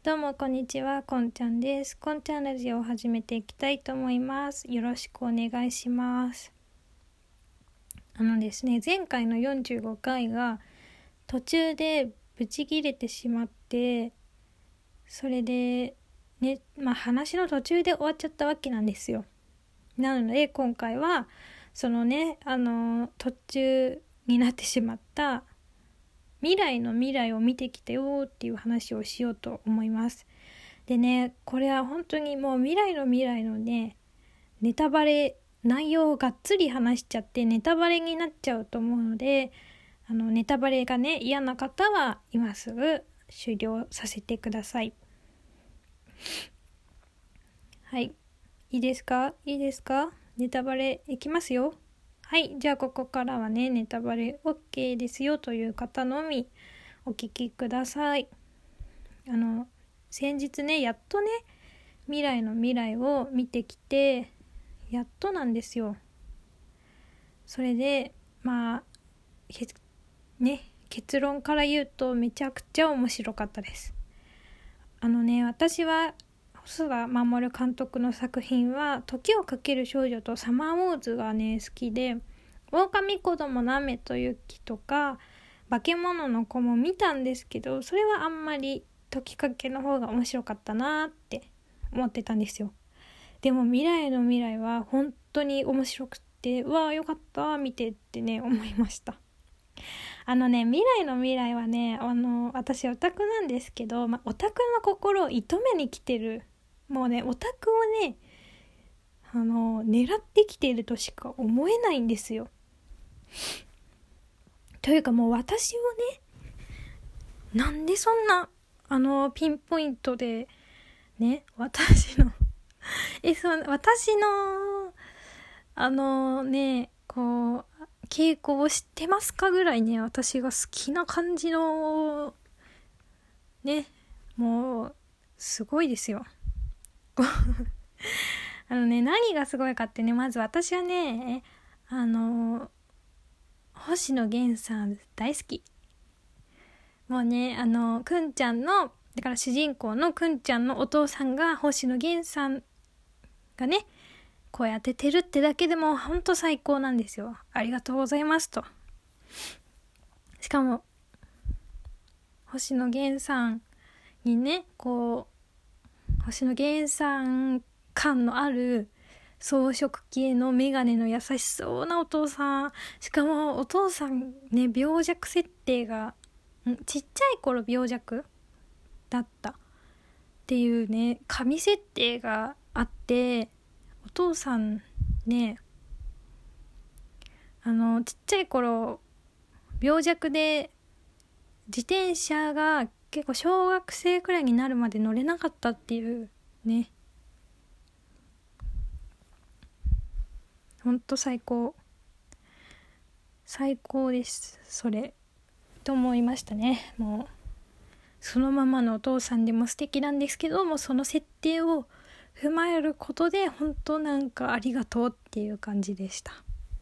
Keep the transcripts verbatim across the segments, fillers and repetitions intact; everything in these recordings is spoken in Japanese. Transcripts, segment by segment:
どうもこんにちは、こんちゃんです。こんちゃんラジオを始めていきたいと思います。よろしくお願いします。あのですね、前回のよんじゅうごかいが途中でブチ切れてしまって、それでね、まあ話の途中で終わっちゃったわけなんですよ。なので今回はそのね、あの途中になってしまった未来の未来を見てきたよっていう話をしようと思います。でね、これは本当にもう未来の未来のね、ネタバレ、内容をがっつり話しちゃってネタバレになっちゃうと思うので、あのネタバレがね嫌な方は今すぐ終了させてください。はい、いいですかいいですかネタバレいきますよ。はい、じゃあここからはね、ネタバレ OK ですよという方のみお聞きください。あの、先日ね、やっとね、未来の未来を見てきて、やっとなんですよ。それで、まあ、ね、結論から言うとめちゃくちゃ面白かったです。あのね、私は細田守監督の作品は時をかける少女とサマーウォーズがね好きで、狼子供の雨と雪とか化け物の子も見たんですけど、それはあんまり時かけの方が面白かったなって思ってたんですよ。でも未来の未来は本当に面白くて、うわーよかった見てってね思いました。あのね、未来の未来はね、あの私オタクなんですけど、ま、オタクの心を射止めに来てる、もうねオタクをねあの狙ってきているとしか思えないんですよ。というかもう私をね、なんでそんなあのピンポイントでね、私のえそ私のあのねこう傾向を知ってますかぐらいね、私が好きな感じのね、もうすごいですよ。あのね、何がすごいかってね、まず私はね、あの星野源さん大好き。もうね、あのくんちゃんのだから主人公のくんちゃんのお父さんが星野源さんがね声当ててるってだけでもほんと最高なんですよ。ありがとうございますと。しかも星野源さんにね、こう星野源さん感のある装飾系のメガネの優しそうなお父さん、しかもお父さんね、病弱設定がんちっちゃい頃病弱だったっていうね神設定があって、お父さんね、あのちっちゃい頃病弱で自転車が結構小学生くらいになるまで乗れなかったっていうね、ほんと最高最高です、それと思いましたね。もうそのままのお父さんでも素敵なんですけども、その設定を踏まえることで本当なんかありがとうっていう感じでした。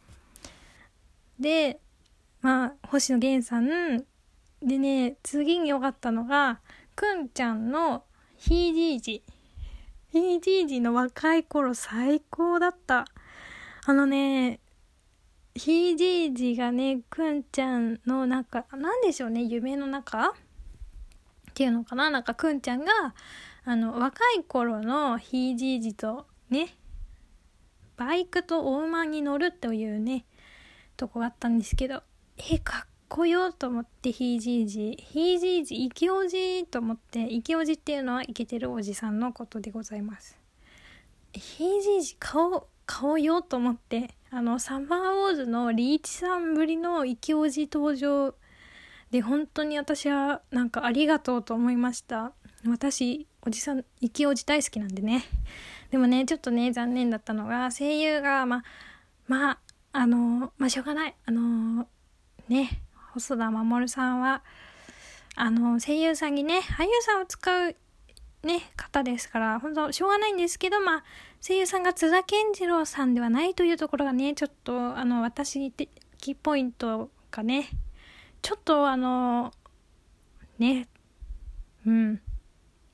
で、まあ星野源さんでね、次に良かったのがくんちゃんのひいじいじひいじいじの若い頃最高だった。あのね、ひいじいじがね、くんちゃんのなんかなんでしょうね、夢の中っていうのかな、なんかくんちゃんがあの若い頃のひいじいじとね、バイクとお馬に乗るというねとこがあったんですけど、えかっこよと思って、ひいじいじひいじいじイケおじと思って、イケおじっていうのはイケてるおじさんのことでございます。ひいじいじ顔顔よと思って、あのサマーウォーズのリーチさんぶりのイケおじ登場で本当に私はなんかありがとうと思いました。私おじさんイケおじ大好きなんでね。でもねちょっとね残念だったのが声優がままああのまあしょうがない、あのね細田守さんはあの声優さんにね俳優さんを使うね方ですから、本当しょうがないんですけど、まあ声優さんが津田健次郎さんではないというところがねちょっとあの私的ポイントがねちょっとあのねうん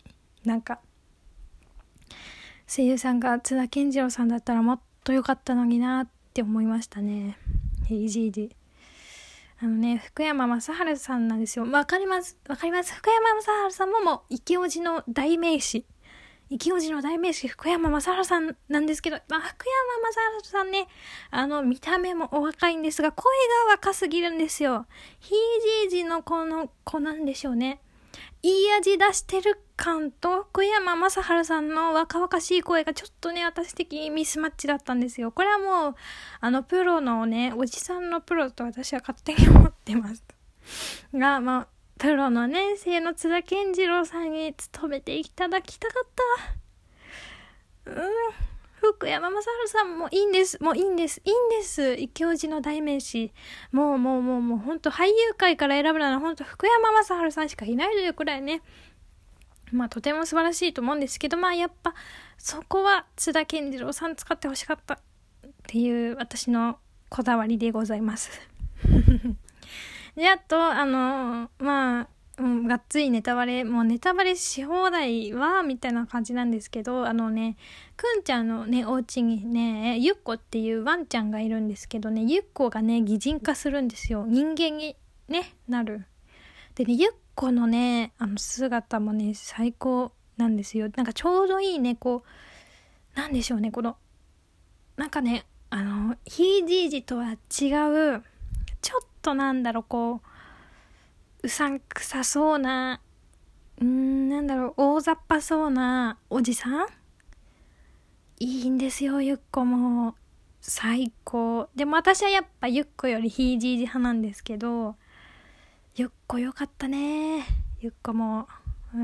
なんか声優さんが津田健次郎さんだったらもっと良かったのになって思いましたね。ヘイジージあのね、福山雅治さんなんですよ。わかります。わかります。福山雅治さんももう、イケオジの代名詞。イケオジの代名詞、福山雅治さんなんですけど、まあ、福山雅治さんね、あの、見た目もお若いんですが、声が若すぎるんですよ。ヒージージのこの子なんでしょうね。いい味出してる感と福山雅治さんの若々しい声がちょっとね、私的にミスマッチだったんですよ。これはもうあのプロのね、おじさんのプロと私は勝手に思ってますが、まあプロのね、声の津田健次郎さんに務めていただきたかった。うん、福山雅治さんもいいんです。もういいんです。いいんです。イケオジの代名詞。もうもうもうもう本当俳優界から選ぶなら本当福山雅治さんしかいないというくらいね。まあとても素晴らしいと思うんですけど、まあやっぱそこは津田健次郎さん使ってほしかったっていう私のこだわりでございます。で、あと、あの、まあ、うん、がっつりネタバレ、もうネタバレし放題は、みたいな感じなんですけど、あのね、くんちゃんのね、お家にね、ゆっこっていうワンちゃんがいるんですけどね、ゆっこがね、擬人化するんですよ。人間にね、なる。でね、ゆっこのね、あの姿もね、最高なんですよ。なんかちょうどいいね、こう、なんでしょうね、この、なんかね、あの、ひいじいじとは違う、ちょっとなんだろう、こう、うさんくさそうな、うーん、なんだろう、大雑把そうなおじさんいいんですよ、ゆっこも。最高。でも私はやっぱゆっこよりひいじいじ派なんですけど、ゆっこよかったね。ゆっこも。うん。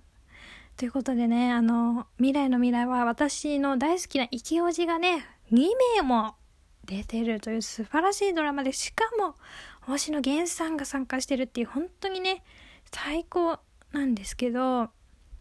ということでね、あの、未来の未来は私の大好きなイケオジがね、にめいも出てるという素晴らしいドラマで、しかも星野源さんが参加してるっていう本当にね最高なんですけど、も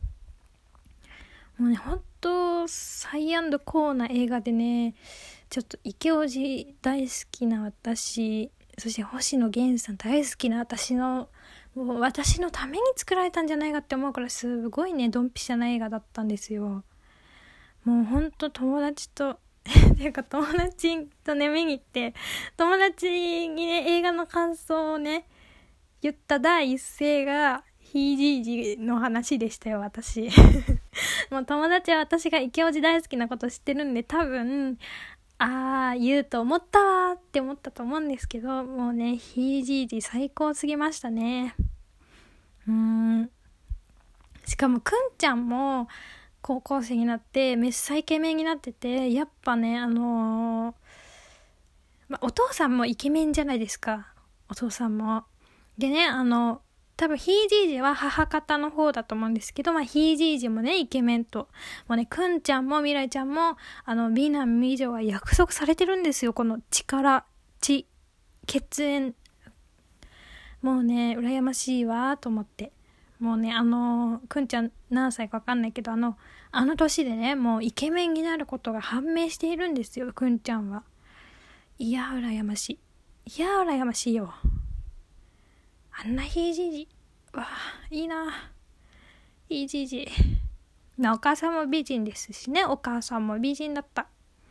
うね本当サイアンドコーな映画でね、ちょっとイケオジ大好きな私、そして星野源さん大好きな私のもう私のために作られたんじゃないかって思うから、すごいねドンピシャな映画だったんですよ。もうほんと友達とっていうか友達とね見に行って、友達にね映画の感想をね言った第一声がひいじいじの話でしたよ、私。もう友達は私がイケオジ大好きなこと知ってるんで、多分あー言うと思ったわーって思ったと思うんですけど、もうねひいじいじ最高すぎましたね。うーんしかもくんちゃんも高校生になってめっさイケメンになってて、やっぱねあのーまあ、お父さんもイケメンじゃないですか、お父さんも。でね、あの多分ひいじいじは母方の方だと思うんですけど、まあひいじいじもねイケメンと、もうねくんちゃんも未来ちゃんもあの美男美女は約束されてるんですよ。この力、血、血縁、もうね羨ましいわと思って。もうねあのくんちゃん何歳か分かんないけど、あのあの年でねもうイケメンになることが判明しているんですよ、くんちゃんは。いや羨ましい、いや羨ましいよ。あんなひいじいじわあいいな、ひいじいじな。お母さんも美人ですしね、お母さんも美人だった。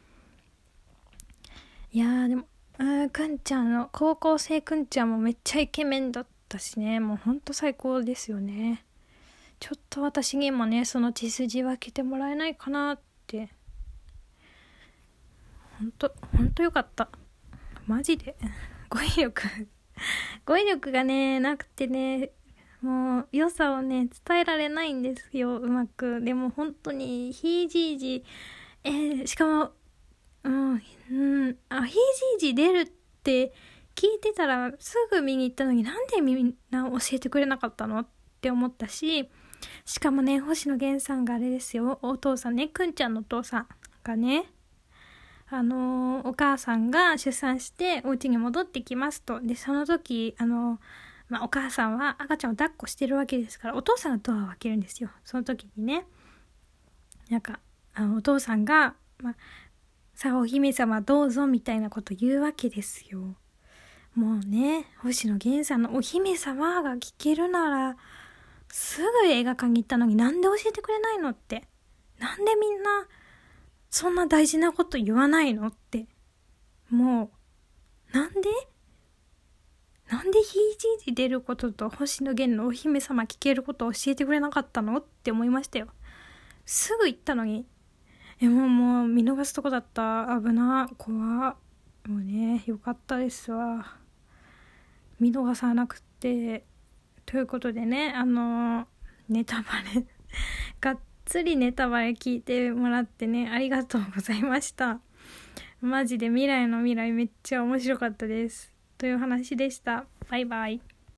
いやーでもうんくんちゃんの高校生くんちゃんもめっちゃイケメンだったしね、もうほんと最高ですよね。ちょっと私にもねその血筋分けてもらえないかなって。ほんとほんとよかった、マジで。語彙力語彙力がねなくてね、もう良さをね伝えられないんですよ、うまく。でも本当にひいじいじ、えー、しかもうんうんあひいじいじ出るって聞いてたらすぐ見に行ったのに、なんでみんな教えてくれなかったのって思ったし、しかもね星野源さんがあれですよ、お父さんね、くんちゃんのお父さんがね、あのー、お母さんが出産してお家に戻ってきますと。でその時あのーまあ、お母さんは赤ちゃんを抱っこしてるわけですから、お父さんがドアを開けるんですよ。その時にねなんかあのお父さんが、まあ、さあお姫様どうぞみたいなこと言うわけですよ。もうね星野源さんのお姫様が聞けるならすぐ映画館に行ったのになんで教えてくれないのって。なんでみんなそんな大事なこと言わないのって。もう、なんでなんでひいじいじ出ることと星野源のお姫様聞けることを教えてくれなかったのって思いましたよ。すぐ行ったのに。え、もうもう見逃すとこだった。危な、怖。もうね、よかったですわ。見逃さなくて。ということでね、あのー、ネタバレがっつりネタバレ聞いてもらってね、ありがとうございました。マジで未来の未来めっちゃ面白かったです。という話でした。バイバイ。